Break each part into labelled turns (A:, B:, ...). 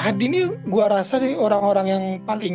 A: Hadi ini gua rasa sih orang-orang yang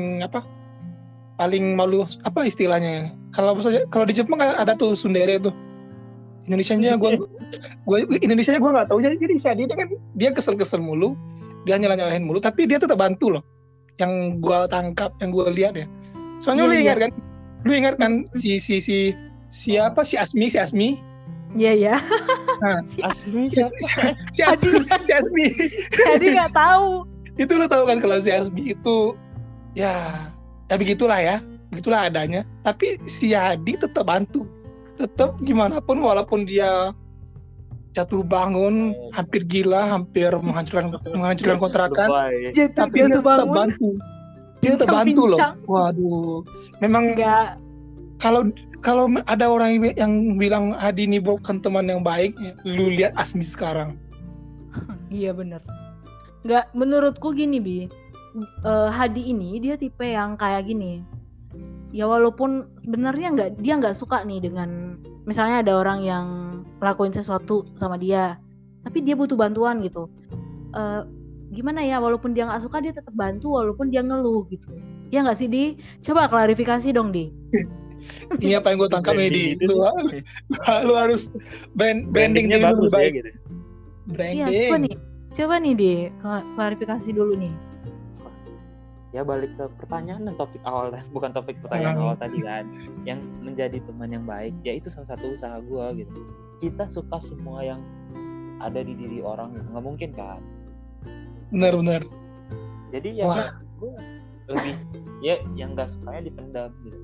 A: paling malu apa istilahnya. Kalau di Jepang ada tuh tsundere tuh. Indonesianya Indonesianya gue nggak tahu, jadi si Adi ini kan dia kesel mulu, dia nyalahin mulu, tapi dia tetap bantu loh. Yang gue tangkap, yang gue lihat ya. Soalnya lu ingat kan siapa si Asmi.
B: Iya.
C: Nah, Asmi
A: si Asmi.
B: Jadi nggak tahu.
A: Itu lu tahu kan kalau si Asmi itu ya begitulah adanya. Tapi si Adi tetap bantu. Tetap gimana pun walaupun dia jatuh bangun, hampir gila, hampir menghancurkan kontrakan, tapi dia tetap bantu. Dia tetap bantu loh. Waduh, memang enggak. Kalau ada orang yang bilang Hadi ini bukan teman yang baik, lu lihat Asmi sekarang.
B: Iya benar. Enggak, menurutku gini Bi, Hadi ini dia tipe yang kayak gini. Ya walaupun sebenarnya dia nggak suka nih dengan misalnya ada orang yang ngelakuin sesuatu sama dia, tapi dia butuh bantuan gitu. Gimana ya, walaupun dia nggak suka dia tetap bantu walaupun dia ngeluh gitu. Ya nggak sih Di? Coba klarifikasi dong Di.
A: Ini apa yang gue tangkap ya Di? Lu harus brandingnya
C: bagus ya gitu.
A: Branding.
B: Iya coba nih Di, klarifikasi dulu nih.
C: Ya balik ke pertanyaan dan topik awal, bukan topik pertanyaan awal tadi kan, yang menjadi teman yang baik, ya itu salah satu usaha gue gitu. Kita suka semua yang ada di diri orang gitu, nggak mungkin kan.
A: Benar.
C: Jadi ya gue lebih ya yang nggak sukanya dipendam gitu.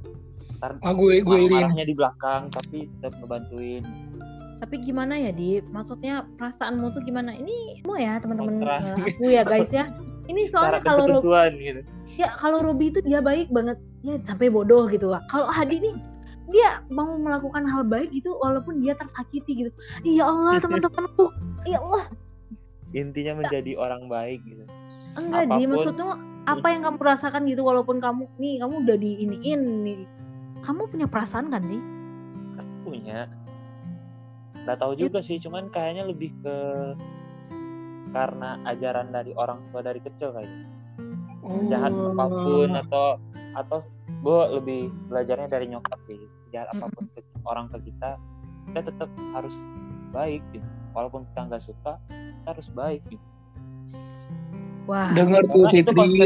A: Gue
C: marahnya di belakang tapi tetap ngebantuin.
B: Tapi gimana ya Di, maksudnya perasaanmu tuh gimana? Ini semua ya teman-teman aku ya guys ya. Ini soalnya kalau
C: gitu.
B: Ya kalau Robi itu dia baik banget ya sampai bodoh gitu lah. Kalau Hadi nih dia mau melakukan hal baik gitu walaupun dia tersakiti gitu. Ya Allah teman-temanku, ya Allah.
C: Intinya menjadi orang baik gitu.
B: Enggak Di, maksudnya apa yang kamu rasakan gitu walaupun kamu udah diiniin nih. Kamu punya perasaan kan Di?
C: Punya. Nggak tahu juga sih, cuman kayaknya lebih ke karena ajaran dari orang tua dari kecil kayaknya. Jahat apapun atau gue lebih belajarnya dari nyokap sih. Jahat apapun orang ke kita tetap harus baik gitu. Walaupun kita nggak suka, kita harus baik gitu.
B: Wah,
A: dengar tuh Fitri,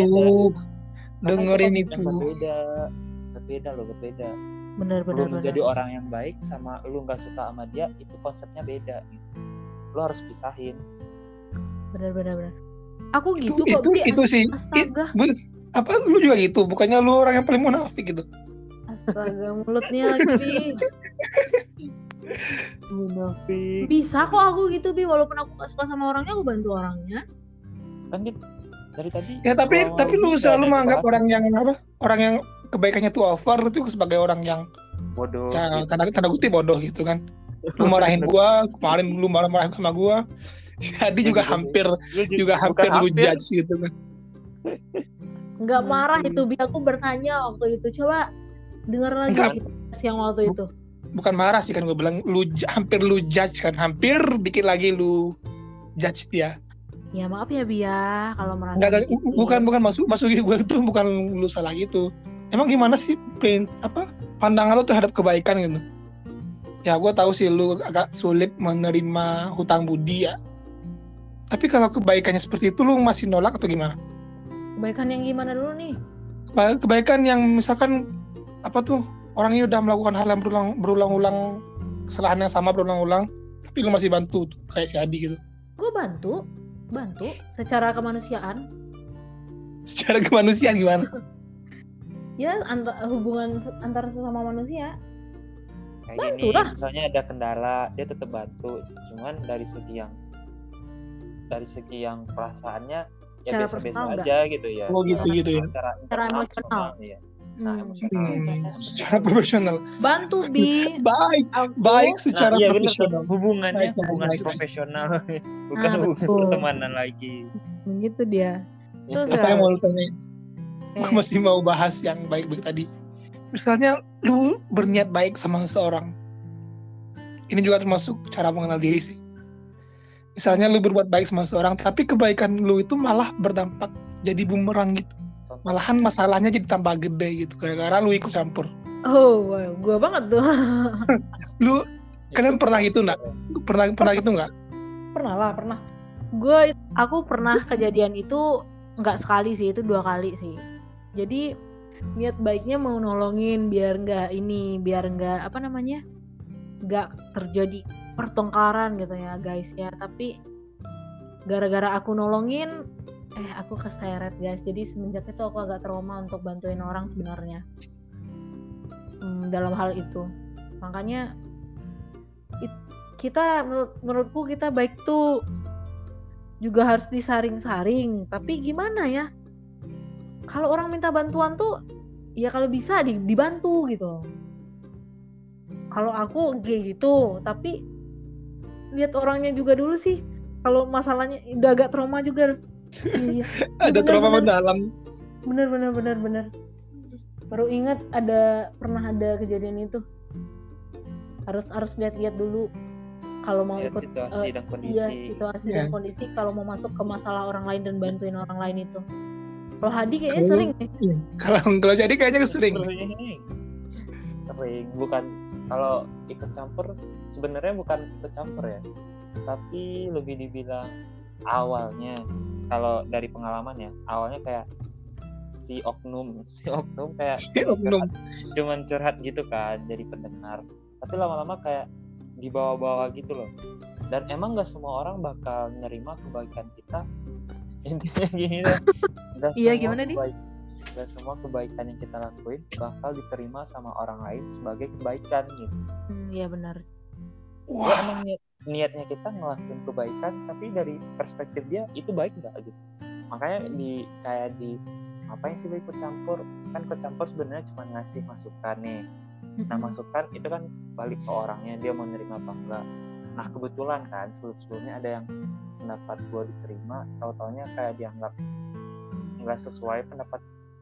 A: dengerin itu.
C: Berbeda.
B: Bener.
C: Lu menjadi orang yang baik sama lu nggak suka sama dia, itu konsepnya beda gitu. Lu harus pisahin.
B: Bener. Aku gitu
A: itu sih.
B: Astaga.
A: Apa lu juga gitu? Bukannya lu orang yang paling munafik gitu?
B: Astaga, mulutnya lagi.
C: Munafik.
B: Bisa kok aku gitu Bi, walaupun aku gak suka sama orangnya, aku bantu orangnya.
C: Kan dari tadi.
A: Ya tapi lu selalu menganggap orang yang kebaikannya tuh over itu sebagai orang yang
C: bodoh.
A: Ya, gitu. tanda kutip bodoh gitu kan. Lu marahin gua, kemarin lu marah-marahin sama gua. Jadi juga hampir lu judge gitu kan.
B: Enggak marah itu Bi, aku bertanya waktu itu. Coba dengar lagi yang waktu itu.
A: Bukan marah sih kan, gue bilang hampir lu judge kan, hampir dikit lagi lu judge dia.
B: Ya maaf ya Bi ya kalau merasa.
A: Enggak, bukan masuk gue itu bukan lu salah gitu. Emang gimana sih pandangan lu terhadap kebaikan gitu? Ya gue tahu sih lu agak sulit menerima hutang budi ya. Tapi kalau kebaikannya seperti itu lu masih nolak atau gimana?
B: Kebaikan yang gimana dulu nih?
A: Kebaikan yang misalkan orangnya udah melakukan hal yang berulang-ulang, kesalahan yang sama berulang-ulang, tapi lu masih bantu tuh, kayak si Adi gitu.
B: Gue bantu secara kemanusiaan.
A: Secara kemanusiaan gimana?
C: Ya
B: hubungan antar sesama manusia.
C: Kayak bantu gini, lah. Misalnya ada kendala, dia tetap bantu. Cuman dari segi yang perasaannya ya
B: cara
C: biasa-biasa aja gitu ya.
A: Oh gitu ya.
C: Secara
B: emosional.
C: Ya.
A: Secara profesional.
B: Bantu Bi.
A: Baik secara profesional.
C: Hubungannya profesional, bukan hubungan pertemanan lagi.
B: Begitu dia.
A: Apa yang mau lu tanya? Gue masih mau bahas yang baik-baik tadi. Misalnya lu berniat baik sama seseorang. Ini juga termasuk cara mengenal diri sih. Misalnya lu berbuat baik sama seorang, tapi kebaikan lu itu malah berdampak jadi bumerang gitu. Malahan masalahnya jadi tambah gede gitu gara-gara lu ikut campur.
B: Oh, wow, gua banget tuh.
A: Lu kalian pernah gitu nggak? Pernah gitu nggak?
B: Pernah. Aku pernah kejadian itu nggak sekali sih, itu 2 kali sih. Jadi niat baiknya mau nolongin biar nggak nggak terjadi pertengkaran gitu ya guys ya. Tapi gara-gara aku nolongin, aku keseret guys. Jadi semenjak itu aku agak trauma untuk bantuin orang sebenarnya dalam hal itu. Makanya kita menurutku kita baik tuh juga harus disaring-saring. Tapi gimana ya? Kalau orang minta bantuan tuh ya kalau bisa dibantu gitu. Kalau aku kayak gitu, tapi lihat orangnya juga dulu sih. Kalau masalahnya udah agak trauma juga. Iya.
A: Ada trauma mendalam.
B: Bener. Baru ingat pernah ada kejadian itu. Harus lihat-lihat dulu kalau mau ikut
C: situasi dan kondisi.
B: Iya, situasi dan kondisi kalau mau masuk ke masalah orang lain dan bantuin orang lain itu. Kalau Hadi kayaknya sering deh.
A: Iya. Kalau jadi kayaknya sering.
C: Bukan kalau ikut campur, sebenarnya bukan ikut campur ya, tapi lebih dibilang awalnya kalau dari pengalaman ya, awalnya kayak si oknum kayak cuman curhat gitu kan, jadi pendengar, tapi lama-lama kayak dibawa-bawa gitu loh. Dan emang nggak semua orang bakal nerima kebaikan kita. Intinya gini lah, gak semua kebaikan yang kita lakuin bakal diterima sama orang lain sebagai kebaikan gitu.
B: Iya benar.
C: Ya emang niatnya kita ngelakuin kebaikan, tapi dari perspektif dia itu baik nggak gitu. Makanya ngapain sih ikut campur? Kan ikut campur sebenarnya cuma ngasih masukan nih. Nah masukan itu kan balik ke orangnya, dia mau nerima apa enggak. Nah kebetulan kan sebelumnya ada yang pendapat gue diterima, tahu-taunya kayak dianggap nggak sesuai pendapat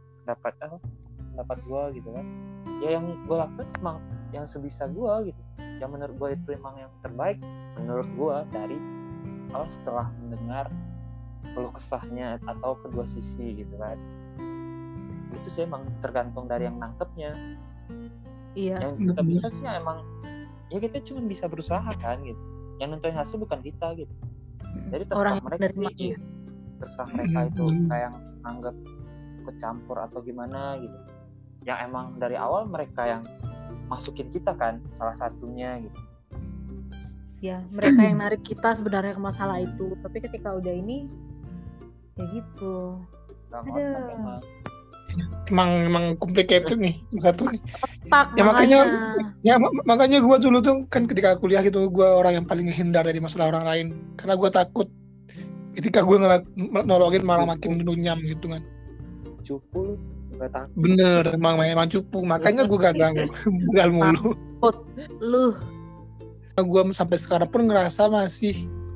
C: gue gitu kan. Ya yang gue lakukan emang yang sebisa gue gitu, yang menurut gue itu emang yang terbaik menurut gue dari setelah mendengar keluh kesahnya atau kedua sisi gitu kan. Itu sih emang tergantung dari yang nangkepnya.
B: Iya.
C: Yang kita bisa sih emang ya kita cuma bisa berusaha kan gitu. Yang nentuin hasil bukan kita gitu. Jadi terserah mereka sih, terserah mereka itu kayak yang anggap kecampur atau gimana gitu. Yang emang dari awal mereka yang masukin kita kan, salah satunya gitu.
B: Ya, mereka yang narik kita sebenarnya ke masalah itu. Tapi ketika udah ini, ya gitu.
A: Emang complicated nih satu nih.
B: Ya
A: makanya gue dulu tuh kan ketika kuliah gitu, gue orang yang paling menghindar dari masalah orang lain. Karena gue takut ketika gue nolongin malah makin menunyam gitu kan.
C: Cupu lu takut.
A: Bener, emang cupu. Makanya gue gagal mulu.
B: Lu.
A: Gue sampai sekarang pun ngerasa masih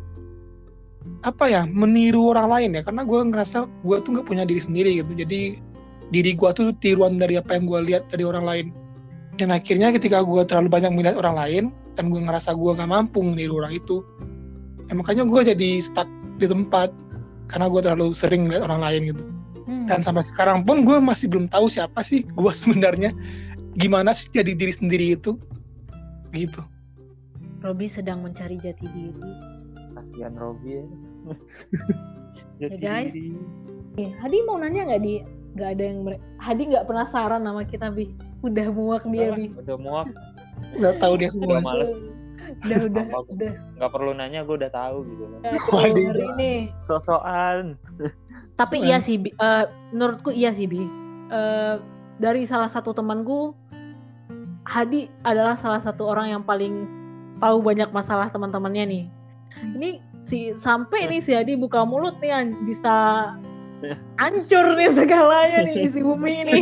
A: meniru orang lain ya. Karena gue ngerasa gue tuh nggak punya diri sendiri gitu. Jadi diri gue tuh tiruan dari apa yang gue lihat dari orang lain. Dan akhirnya ketika gue terlalu banyak melihat orang lain dan gue ngerasa gue nggak mampu meniru orang itu, makanya gue jadi stuck di tempat karena gue terlalu sering melihat orang lain gitu. Dan sampai sekarang pun gue masih belum tahu siapa sih gue sebenarnya, gimana sih jadi diri sendiri itu gitu.
B: Robi sedang mencari jati diri.
C: Kasihan Robi ya.
B: Ya guys, Hadi mau nanya nggak ada yang Hadi nggak penasaran sama kita Bi? Udah muak dia Bi.
C: Udah muak.
A: Udah tahu dia semua.
C: Udah males.
B: Udah.
C: Nggak perlu nanya, gue udah tahu gitu kan.
B: Hari ini.
C: So-soan.
B: Tapi iya sih, menurutku iya sih Bi. Dari salah satu temanku, Hadi adalah salah satu orang yang paling tahu banyak masalah teman-temannya nih. Ini sampai nih si Hadi buka mulut nih bisa hancur nih segalanya nih isi bumi ini.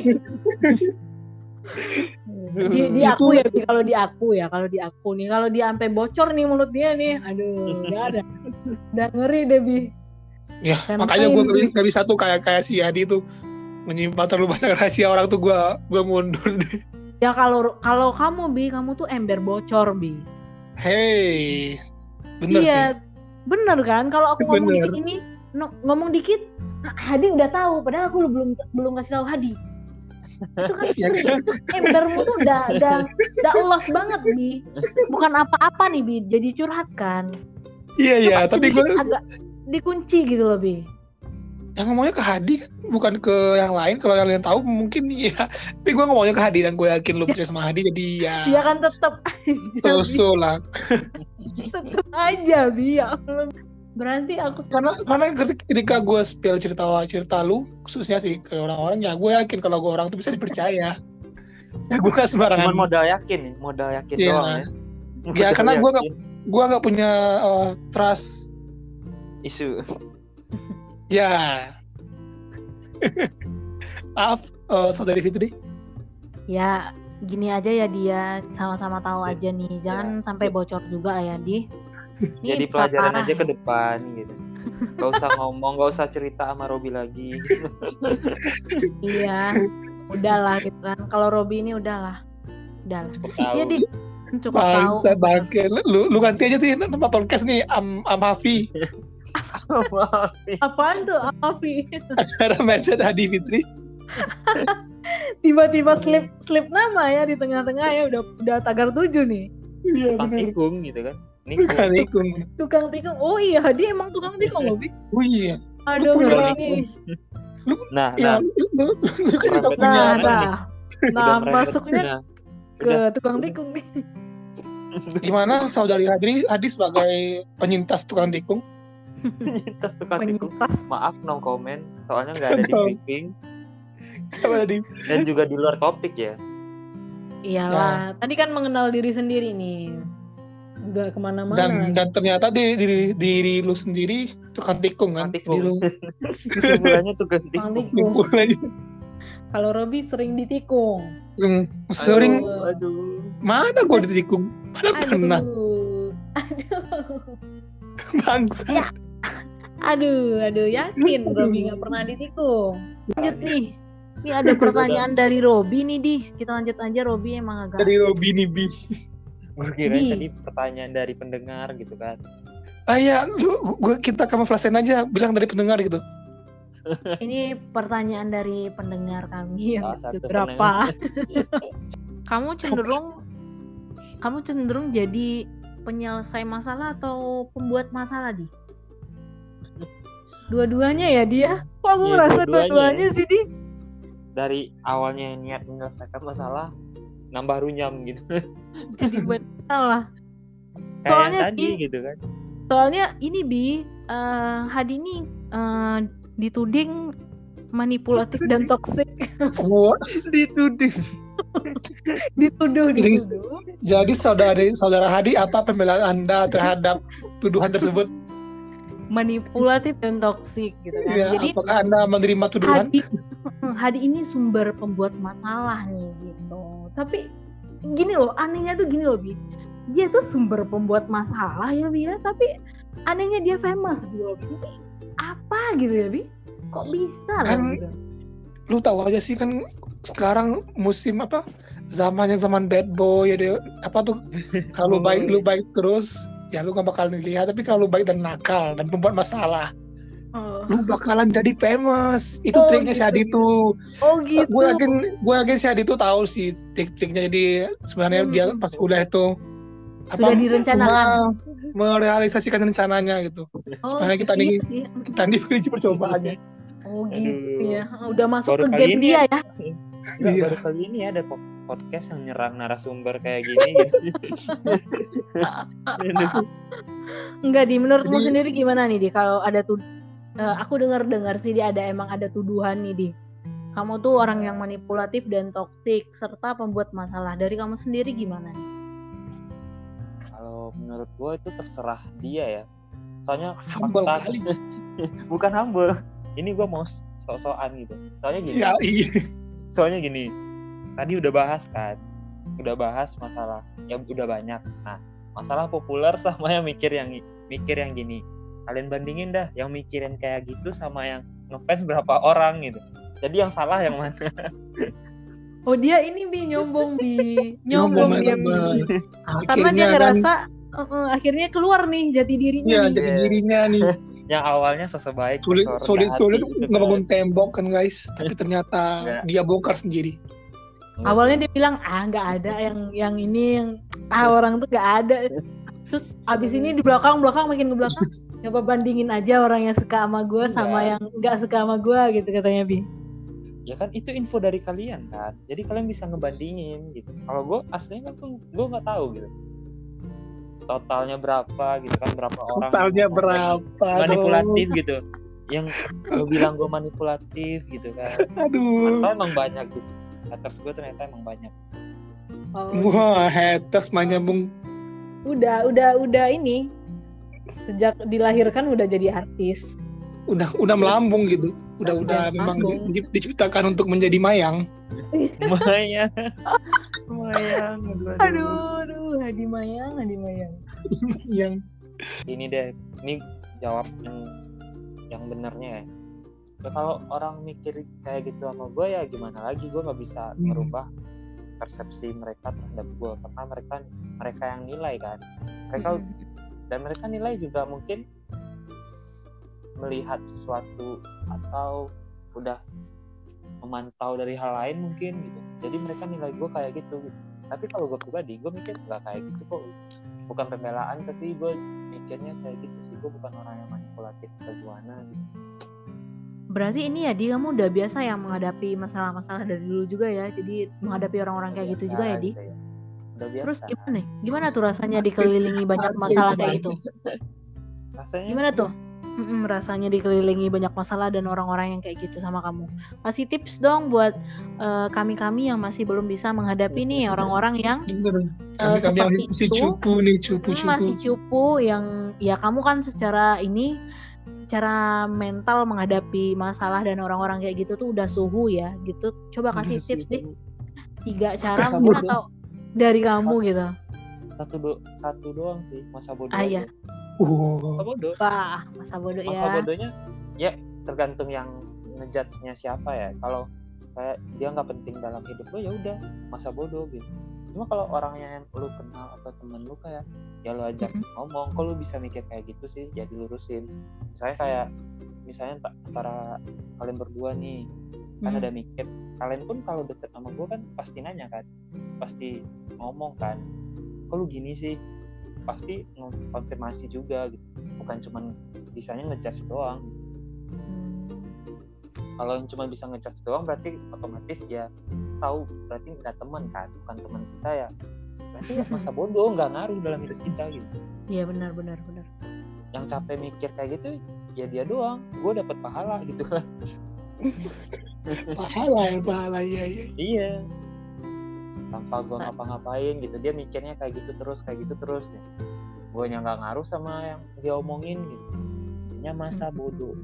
B: Di aku ya, kalau di aku nih, kalau dia sampai bocor nih mulut dia nih, aduh, nggak ada, udah ngeri deh Bi.
A: Ya, makanya gue nggak bisa tuh kayak si Hadi tuh menyimpan terlalu banyak rahasia orang tuh, gue mundur deh.
B: Ya kalau kamu Bi, kamu tuh ember bocor Bi.
A: Hey, bener sih.
B: Bener kan? Kalau aku ngomong
A: Bener.
B: dikit ini, ngomong dikit, Hadi udah tahu. Padahal aku belum kasih tahu Hadi. Itu kan
A: Ya kan?
B: itu embermu tuh udah los banget Bi. Bukan apa-apa nih Bi, jadi curhat kan.
A: Iya, tapi gue
B: agak dikunci gitu loh Bi.
A: yang ngomongnya ke Hadi kan, bukan ke yang lain. Kalau yang lain tahu mungkin iya. Tapi gue ngomongnya ke Hadi dan gue yakin lu percaya sama Hadi, jadi ya.
B: Dia kan tetap aja.
A: So lah.
B: Tetap aja Bi. Ya Allah. Berarti aku
A: Karena ketika gue spill cerita lu, khususnya sih ke orang-orang, ya gue yakin kalau gue orang tuh bisa dipercaya. Ya gue gak sembarangan.
C: Cuman modal yakin
A: Iya.
C: doang ya.
A: Ya karena gue nggak punya trust
C: isu.
A: ya. Maaf saudari Fitri.
B: ya gini aja ya dia sama-sama tahu aja nih. Jangan sampai bocor juga ya Di.
C: Jadi pelajaran aja ke depan gitu. Gak usah ngomong, gak usah cerita sama Robi lagi.
B: Iya, udahlah gitu kan. Kalau Robi ini udahlah. Iya Di, cukup tahu.
A: Bangsa bangke. Lu ganti aja sih nama podcast nih Hafi.
B: Apaan tuh Afi?
A: Acara mindset Hadi Fitri.
B: Tiba-tiba slip nama ya di tengah-tengah ya udah tagar 7 nih.
A: Iya
C: Tukang
A: benar.
C: tikung gitu kan.
A: Nikung.
B: Tukang tikung. Oh iya, dia emang tukang tikung loh, Bi.
A: Oh iya.
B: Aduh,
A: Lu punya
B: ini.
C: Nah,
A: Ya, lu kan juga
C: Rambut
A: punya.
B: Nah, masuknya ke tukang tikung nih.
A: Gimana saudari Hadi sebagai penyintas tukang tikung?
C: Penyintas tukang tikung.
B: Penyintas.
C: Maaf no comment, soalnya nggak ada di briefing dan juga di luar topik ya.
B: Iyalah, tadi kan mengenal diri sendiri nih. Udah kemana-mana.
A: Dan ternyata diri lu sendiri tukang tikung kan?
C: Tukang tikung.
A: Diri lu.
C: Kesimpulannya tukang tikung.
A: Kesimpulannya.
B: Kalau Robi sering ditikung.
A: Sering.
C: Aduh.
A: Mana gua ditikung? Mana pernah?
B: Aduh.
A: Bangsa.
B: Aduh, yakin Robi nggak pernah ditikung. Lanjut nih. Ini ada pertanyaan dari Robi nih, Di. Kita lanjut aja, Robi emang agak.
A: Dari Robi nih, Bi.
C: Gue kirain tadi pertanyaan dari pendengar gitu kan.
A: Ya, kita kamuflasein aja, bilang dari pendengar gitu.
B: Ini pertanyaan dari pendengar kami yang
C: Salah satu
B: seberapa. Kamu cenderung jadi penyelesai masalah atau pembuat masalah, Di? Dua-duanya ya dia. Kok aku ngerasa dua-duanya sih, Di?
C: Dari awalnya niat menyelesaikan masalah, nambah runyam gitu.
B: Jadi buat masalah.
C: Soalnya tadi gitu kan.
B: Soalnya ini Bi, Hadi ini dituding manipulatif dan toksik. Dituduh.
A: Jadi saudara Hadi, apa pembelaan Anda terhadap tuduhan tersebut?
B: Manipulatif dan toksik gitu kan.
A: Ya,
B: jadi
A: apakah Anda menerima tuduhan?
B: Hadi ini sumber pembuat masalah nih gitu. Tapi gini loh, anehnya tuh gini loh Bi. Dia tuh sumber pembuat masalah ya Bi ya, tapi anehnya dia famous gitu loh Bi. Ini apa gitu ya Bi? Kok bisa lah gitu?
A: Lu tahu aja sih kan sekarang musim apa? Zaman bad boy ya, apa tuh? Kalau lu baik terus ya lu gak bakal dilihat, tapi kalau lu baik dan nakal dan pembuat masalah, lu bakalan jadi famous. Itu triknya gitu. Si Hadi tuh.
B: Oh gitu.
A: Gue yakin si Hadi tuh tahu sih trik-triknya. Jadi sebenarnya dia pas kuliah itu
B: sudah direncanakan,
A: merealisasikan rencananya gitu. Sebenarnya kita beri percobaannya.
B: Oh gitu ya. Udah masuk ke game dia ya.
C: Baru kali ini ada podcast yang nyerang narasumber kayak gini gitu.
B: Enggak Di, menurutmu sendiri gimana nih Di? Kalau ada aku dengar sih dia emang ada tuduhan nih Di. Kamu tuh orang yang manipulatif dan toksik serta pembuat masalah. Dari kamu sendiri gimana nih?
C: Kalau menurut gue itu terserah dia ya. Soalnya
A: humble kali.
C: Bukan humble. Ini gue mau sok-sokan gitu. Soalnya gini.
A: Ya, iya.
C: Soalnya gini. Tadi udah bahas masalah ya udah banyak. Nah, masalah populer sama yang mikir yang gini. Kalian bandingin dah yang mikirin kayak gitu sama yang ngefans berapa orang gitu. Jadi yang salah yang mana?
B: Oh dia ini Bi nyombong dia Bi. Karena dia ngerasa akhirnya keluar nih jati dirinya
A: Iya,
B: nih.
A: jadi dirinya nih.
C: Yang awalnya sosok baik,
A: Sulit
C: sosok rendah hati gitu
A: ngebangun
C: kan.
A: tembok kan guys, tapi ternyata
C: Enggak.
A: dia bongkar sendiri.
C: Enggak
B: Awalnya
C: sih.
B: dia bilang nggak ada yang ini yang orang tuh nggak ada. Terus abis ini di belakang makin ke belakang, coba bandingin aja orang yang suka sama gue sama yang nggak suka sama gue gitu katanya Bi.
C: Ya kan itu info dari kalian kan, jadi kalian bisa ngebandingin gitu. Kalau gue aslinya kan tuh gue nggak tahu gitu totalnya berapa gitu kan, berapa orang
A: Totalnya
C: yang
A: berapa?
C: manipulatif gitu, yang gue bilang gue manipulatif gitu kan.
A: Aduh.
C: Atau emang banyak gitu, haters gue ternyata emang banyak.
A: Wah, haters mah nyambung.
B: Udah ini sejak dilahirkan udah jadi artis.
A: Udah melambung gitu. Udah memang diciptakan untuk menjadi mayang.
C: Mayang.
B: Aduh, Hadi Mayang.
A: Yang
C: Ini deh, ini jawab yang benernya ya. Ya kalau orang mikir kayak gitu sama gue ya gimana lagi, gue nggak bisa merubah persepsi mereka terhadap gue, karena mereka yang nilai kan. Mereka nilai juga mungkin melihat sesuatu atau udah memantau dari hal lain mungkin gitu, jadi mereka nilai gue kayak gitu. Tapi kalau gue pribadi, gue mikir nggak kayak gitu kok, bukan pembelaan, tapi gue mikirnya kayak gitu sih. Gue bukan orang yang manipulatif atau gimana gitu.
B: Berarti ini ya Di, kamu udah biasa yang menghadapi masalah-masalah dari dulu juga ya, jadi menghadapi orang-orang kayak gitu juga ya Di.
C: Gitu ya. Udah biasa.
B: Terus gimana tuh rasanya dikelilingi banyak masalah kayak gitu?
C: Rasanya
B: Gimana tuh? Rasanya dikelilingi banyak masalah dan orang-orang yang kayak gitu sama kamu. Kasih tips dong buat kami-kami yang masih belum bisa menghadapi nih orang-orang yang
A: kami
B: seperti
A: masih
B: itu.
A: cupu.
B: Masih cupu yang ya kamu kan secara mental menghadapi masalah dan orang-orang kayak gitu tuh udah suhu ya gitu. Coba kasih tips deh. 3 cara mungkin atau dari kamu gitu.
C: Satu doang sih, masa bodoh.
B: Iya.
C: Masa bodoh.
B: Wah, masa bodoh ya.
C: Masa bodohnya ya tergantung yang ngejudge-nya siapa ya. Kalau kayak dia nggak penting dalam hidup lo ya udah masa bodoh gitu. Cuma kalau orangnya yang lu kenal atau temen lu kayak ya lu ajak ngomong, kok lu bisa mikir kayak gitu sih, ya dilurusin. Misalnya antara kalian berdua nih kan ada mikir, kalian pun kalau deket sama gue kan pasti nanya kan, pasti ngomong kan, kok lu gini sih, pasti konfirmasi juga gitu, bukan cuma bisanya ngejudge doang. Kalau yang cuma bisa ngejudge doang berarti otomatis ya tahu berarti nggak teman kan, bukan teman kita ya, berarti ya masa bodoh, nggak ngaruh dalam hidup kita gitu.
B: Iya benar.
C: Yang capek mikir kayak gitu ya dia doang, gue dapat pahala gitu kan.
A: pahala ya.
C: Iya, tanpa gue ngapa-ngapain gitu, dia mikirnya kayak gitu terus ya. Gue nya nggak ngaruh sama yang dia omongin gitu, intinya masa bodoh.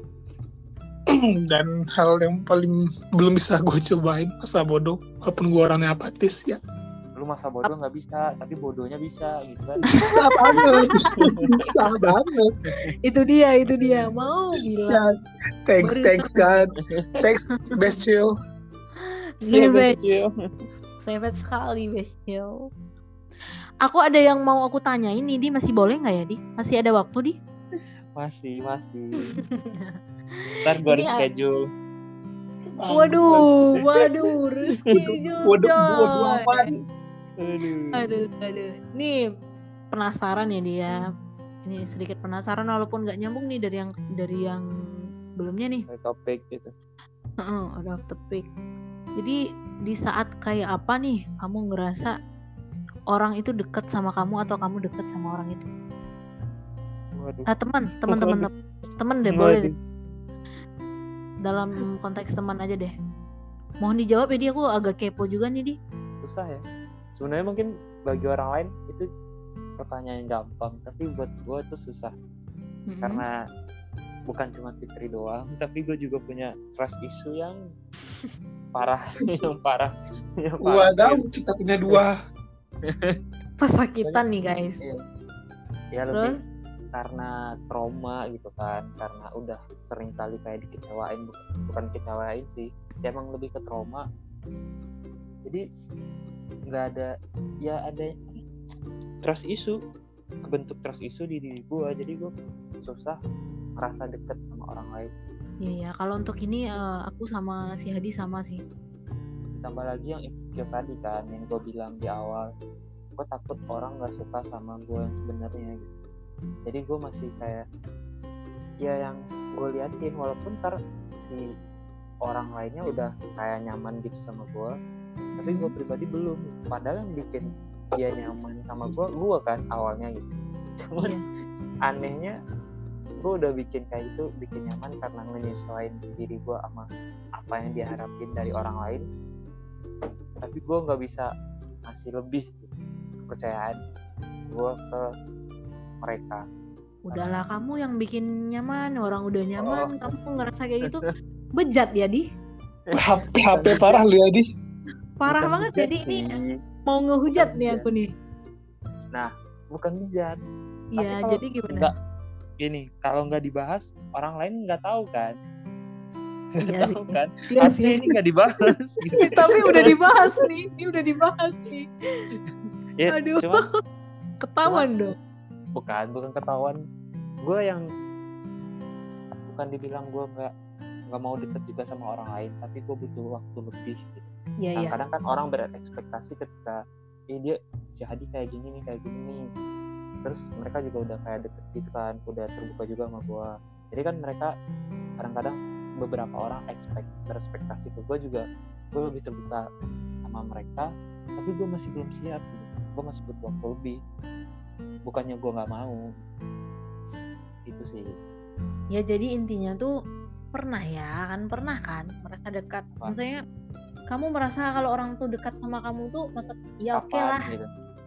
A: Dan hal yang paling belum bisa gue cobain masa bodoh, walaupun gue orangnya apatis ya.
C: Lu masa bodoh nggak bisa, tapi bodohnya bisa gitu kan.
A: Bisa banget.
B: Itu dia mau bilang
A: ya, thanks God, thanks Bestial.
B: Savage sekali Bestial. Aku ada yang mau aku tanya ini, Di, masih boleh nggak ya, Di? Masih ada waktu, Di?
C: Masih. Ntar gue reschedule.
B: Waduh, reschedule.
A: Waduh apa?
B: Aduh. Nih penasaran ya dia. Ini sedikit penasaran walaupun nggak nyambung nih dari yang sebelumnya nih.
C: Topik gitu.
B: Ada topik. Jadi di saat kayak apa nih kamu ngerasa orang itu dekat sama kamu atau kamu dekat sama orang itu?
C: Waduh.
B: Teman deh boleh. Dalam konteks teman aja deh. Mohon dijawab ya, Di, aku agak kepo juga nih, Di.
C: Susah ya. Sebenarnya mungkin bagi orang lain itu pertanyaan yang gampang, tapi buat gue itu susah. Karena bukan cuma Fitri doang, tapi gue juga punya trust issue yang parah.
A: Waduh, kita punya 2.
B: Pesakitan nih guys.
C: Ya lebih karena trauma gitu kan, karena udah sering kali kayak dikecewain, bukan kecewain sih, ya emang lebih ke trauma. Jadi nggak ada, ya ada trust issue, kebentuk trust issue di diri gue, jadi gue susah merasa deket sama orang lain.
B: Iya, kalau untuk ini aku sama si Hadi sama sih.
C: Ditambah lagi yang insecure tadi kan, yang gue bilang di awal, gue takut orang nggak suka sama gue yang sebenarnya gitu. Jadi gue masih kayak ya yang gue liatin, walaupun ntar si orang lainnya udah kayak nyaman gitu sama gue, tapi gue pribadi belum. Padahal yang bikin dia nyaman sama gue kan awalnya gitu. Cuman anehnya gue udah bikin kayak gitu, bikin nyaman karena menyesuaikan diri gue sama apa yang dia harapin dari orang lain, tapi gue nggak bisa ngasih lebih gitu, kepercayaan gue ke mereka.
B: Udahlah, kamu yang bikin nyaman, orang udah nyaman, kamu ngerasa kayak gitu, bejat ya Di.
A: HP parah lu ya Di.
B: Parah
C: Bukan
B: banget,
C: bejat
B: jadi
C: sih.
B: ini mau ngehujat nih aku nih.
C: Nah, bukan bejat.
B: Iya,
C: kalau
B: jadi gimana?
C: Enggak, gini, kalau nggak dibahas orang lain nggak tahu kan. Nggak
B: Iya
C: tahu
B: sih.
C: kan.
B: Iya
C: Harusnya
B: sih.
C: ini nggak dibahas gitu.
B: Tapi udah dibahas nih, ini udah dibahas nih.
C: Ya,
B: Aduh.
C: cuman
B: Ketahuan dong.
C: bukan ketahuan. Gue yang bukan dibilang gue nggak mau deket juga sama orang lain, tapi gue butuh waktu lebih gitu.
B: Iya, iya.
C: Kadang kan orang berekspektasi ketika dia si Hadi kayak gini nih, terus mereka juga udah kayak deket gitu kan, udah terbuka juga sama gue. Jadi kan mereka kadang-kadang beberapa orang berespektasi ke gue juga, gue lebih terbuka sama mereka, tapi gue masih belum siap gitu. Gue masih butuh waktu lebih, bukannya gue nggak mau. Itu sih.
B: Ya jadi intinya tuh pernah kan merasa dekat. Maksudnya kamu merasa kalau orang tuh dekat sama kamu tuh ya oke lah
C: gitu.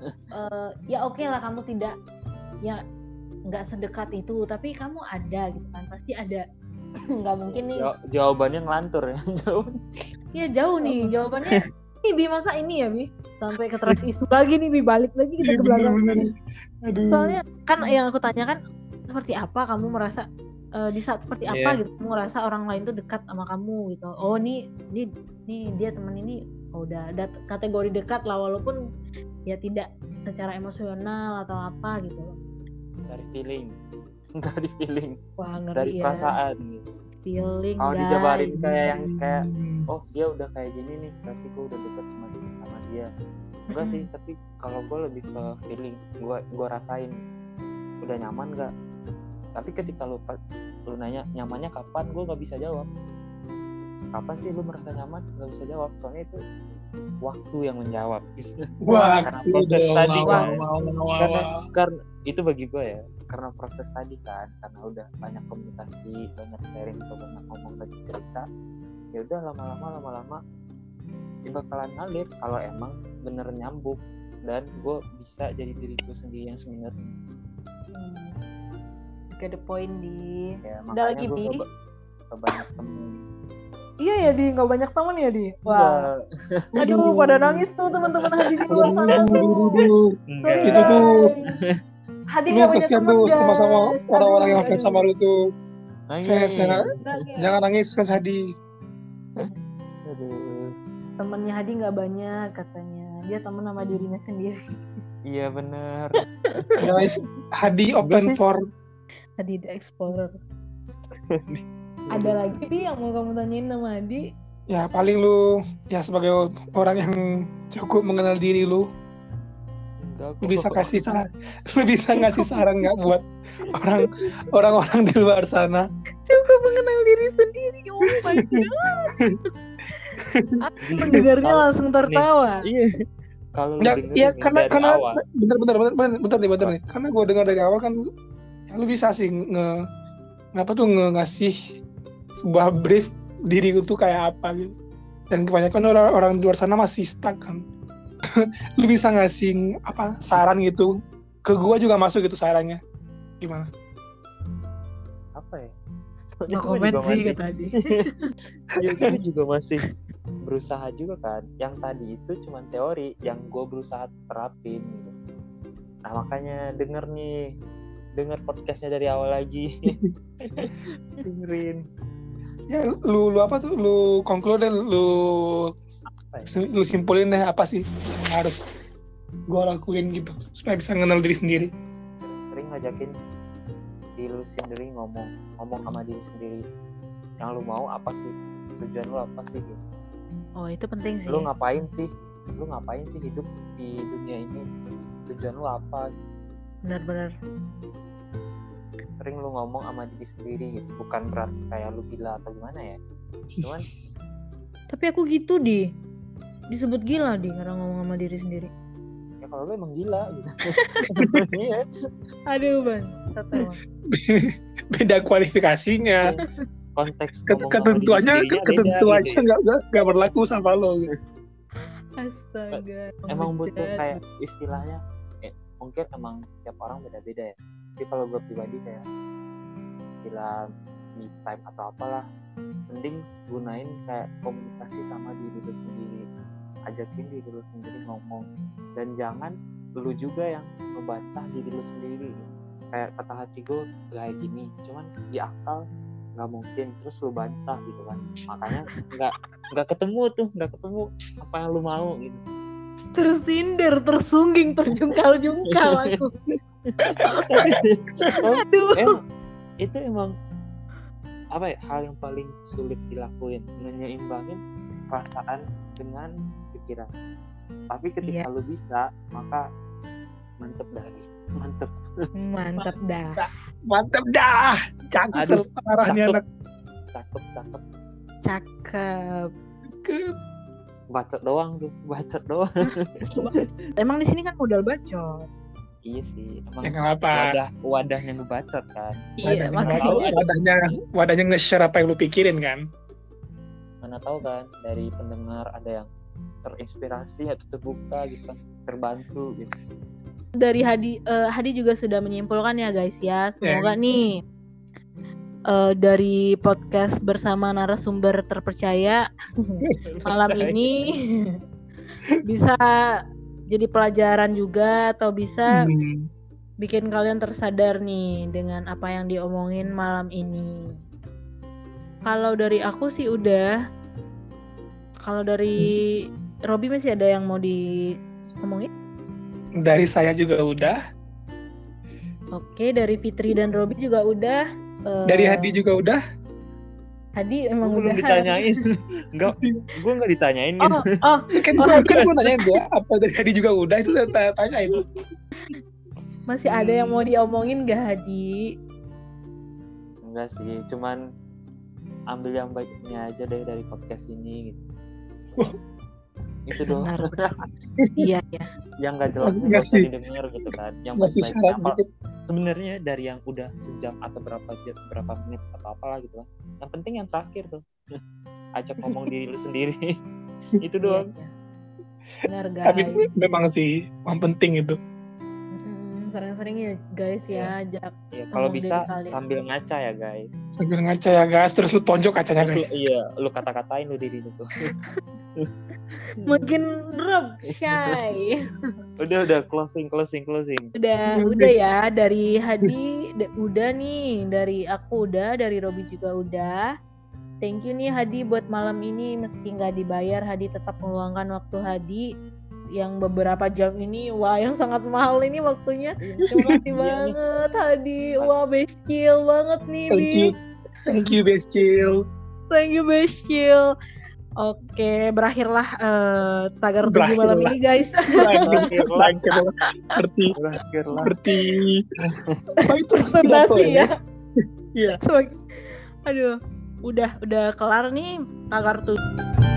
B: Ya oke lah kamu tidak ya nggak sedekat itu, tapi kamu ada gitu kan, pasti ada. Nggak mungkin nih
C: Jawabannya ngelantur ya.
B: Ya jauh nih jawabannya. Nih Bi, masa ini ya Bi sampai ke trust issue lagi nih Bi, balik lagi kita ke belakang.
A: Aduh.
B: Soalnya kan yang aku tanyakan seperti apa kamu merasa di saat seperti apa gitu kamu ngerasa orang lain tuh dekat sama kamu gitu. Oh nih dia teman ini udah ada kategori dekat lah, walaupun ya tidak secara emosional atau apa gitu loh.
C: Dari feeling.
B: Wah, ngeri
C: dari
B: ya.
C: perasaan gitu.
B: Feeling
C: Kalau
B: guys.
C: dijabarin kayak oh dia udah kayak gini nih, berarti gue udah deket sama dia. Enggak sih, tapi kalau gue lebih ke feeling, gue rasain udah nyaman gak. Tapi ketika lu nanya nyamannya kapan, gue nggak bisa jawab. Kapan sih lu merasa nyaman? Nggak bisa jawab, soalnya itu waktu yang menjawab. Karena proses tadi kan. Karena itu bagi gue ya, karena proses tadi kan, karena udah banyak komunikasi, banyak sharing, banyak ngomong, banyak cerita. Ya udah lama-lama dia bakalan ngalir kalau emang bener nyambung dan gue bisa jadi diriku sendiri yang sebenarnya.
B: Ke the point Di.
C: Ya,
B: Udah lagi
C: makanya
B: Di.
C: gue gak banyak temen.
B: Iya ya Di, nggak banyak temen ya Di. Wah. Aduh, pada nangis tuh teman-teman Hadi di luar sana tuh.
A: Itu tuh.
B: Hadi
A: Lu
B: nggak punya
A: kesian
B: teman
A: tuh
B: guys.
A: sama orang-orang yang fans sama lu tuh.
C: Nangis.
A: Jangan nangis fans Hadi.
C: Aduh.
B: Temennya Hadi nggak banyak katanya. Dia temen sama dirinya sendiri.
C: Iya benar.
A: Guys, Hadi open for
B: Hadi the Explorer. Ada lagi Bi yang mau kamu tanyain sama Hadi?
A: ya paling lu ya sebagai orang yang cukup mengenal diri lu. Lu bisa ngasih saran nggak buat orang-orang di luar sana?
B: Cukup mengenal diri sendiri. Oh my god. Mendengarnya langsung tertawa.
C: Iya. Kalau
A: ya karena bentar nih. Karena gue dengar dari awal kan ya, lu bisa sih ngasih sebuah brief diri lu tuh kayak apa gitu. Dan kebanyakan orang di luar sana masih stuck kan. Lu bisa ngasih saran gitu. Ke gua juga masuk gitu sarannya. Gimana?
C: Apa ya?
B: No comment sih tadi.
C: Ya, gue juga masih berusaha juga kan. Yang tadi itu cuma teori yang gue berusaha terapin gitu. Nah makanya denger podcastnya dari awal lagi. Dengerin.
A: Ya lu conclude deh, lu simpulin deh apa sih yang harus gue lakuin gitu supaya bisa mengenal diri sendiri.
C: ngajakin diri lu sendiri ngomong sama diri sendiri, yang lu mau apa sih, tujuan lu apa sih gitu.
B: Oh itu penting sih.
C: Lu ngapain sih hidup di dunia ini, tujuan lu apa gitu.
B: Benar-benar.
C: Sering lu ngomong sama diri sendiri gitu, bukan berarti kayak lu gila atau gimana ya, cuman
B: Tapi aku gitu disebut gila karena ngomong sama diri sendiri.
C: ya kalau lu emang gila gitu. Iya.
B: Aduh Bang,
A: Beda kualifikasinya.
C: Konteks ngomong sama
A: Ketentuannya
C: diri sendirinya beda,
A: nggak berlaku sama lo. Gitu.
B: Astaga.
C: Emang butuh
B: bejat.
C: kayak istilahnya mungkin emang tiap orang beda-beda ya, tapi kalau gue pribadi kayak istilah me time atau apalah, mending gunain kayak komunikasi sama diri lu sendiri, ajakin diri lu sendiri ngomong, dan jangan lu juga yang ngebantah diri lu sendiri. Kayak kata hati gue kayak gini, cuman di akal nggak mungkin, terus lu bantah gitu kan, makanya nggak ketemu apa yang lu mau gitu.
B: Tersindir, tersungging, terjungkal-jungkal aku. Aduh.
C: Itu emang apa ya, hal yang paling sulit dilakuin, menyeimbangin perasaan dengan pikiran. Tapi ketika lu bisa, maka mantep
A: dah. Caksel parah nih anak.
B: Cakep.
C: Bacot doang.
B: Emang di sini kan modal bacot.
C: Iya sih, emang
A: Ya kenapa?
C: wadahnya ngebacot kan.
B: Iya, makanya.
A: Wadahnya nge-share apa yang lu pikirin kan.
C: Mana tahu kan dari pendengar ada yang terinspirasi atau terbuka gitu kan, terbantu gitu.
B: Dari Hadi juga sudah menyimpulkan ya guys ya. Semoga nih dari podcast bersama narasumber terpercaya malam ini bisa jadi pelajaran juga, atau bisa bikin kalian tersadar nih dengan apa yang diomongin malam ini. Kalau dari aku sih udah. Kalau dari Robi masih ada yang mau diomongin?
A: Dari saya juga udah.
B: Oke, dari Fitri dan Robi juga udah.
A: Dari Hadi juga udah.
B: Hadi emang
C: Gua
B: udah.
C: belum ditanyain. Gue nggak ditanyain gitu.
A: Kan gue nanyain gue apa dari Hadi juga udah, itu saya tanya itu.
B: Masih ada yang mau diomongin gak Hadi?
C: Enggak sih, cuman ambil yang baiknya aja deh dari podcast ini gitu. Itu doang.
B: Iya.
C: Yang nggak jelas nggak usah didengar gitu kan. Yang baik-baiknya apa? Sebenarnya dari yang udah sejam atau berapa menit atau apalah gitu kan. Yang penting yang terakhir tuh. Ajak ngomong diri lu sendiri. Itu doang.
B: Iya. Benar guys.
A: Tapi memang sih yang penting itu.
B: Sering-sering ya guys ya, ajak.
C: Ya, kalau bisa sambil ngaca ya guys.
A: Sambil ngaca ya guys, terus lu tonjok kacanya guys.
C: Iya, lu kata-katain lu diri lu tuh.
B: Makin drop shy.
C: Udah closing.
B: Udah ya, dari Hadi udah nih, dari aku udah, dari Robi juga udah. Thank you nih Hadi buat malam ini, meski nggak dibayar, Hadi tetap meluangkan waktu Hadi yang beberapa jam ini, wah yang sangat mahal ini waktunya. Terima kasih banget Hadi, wah beskil banget nih.
A: Thank you beskil.
B: Oke, berakhirlah Tagar 7 malam ini guys.
A: Berakhirlah seperti apa itu
B: presentasi ya.
A: Iya.
B: Aduh, udah kelar nih Tagar 7.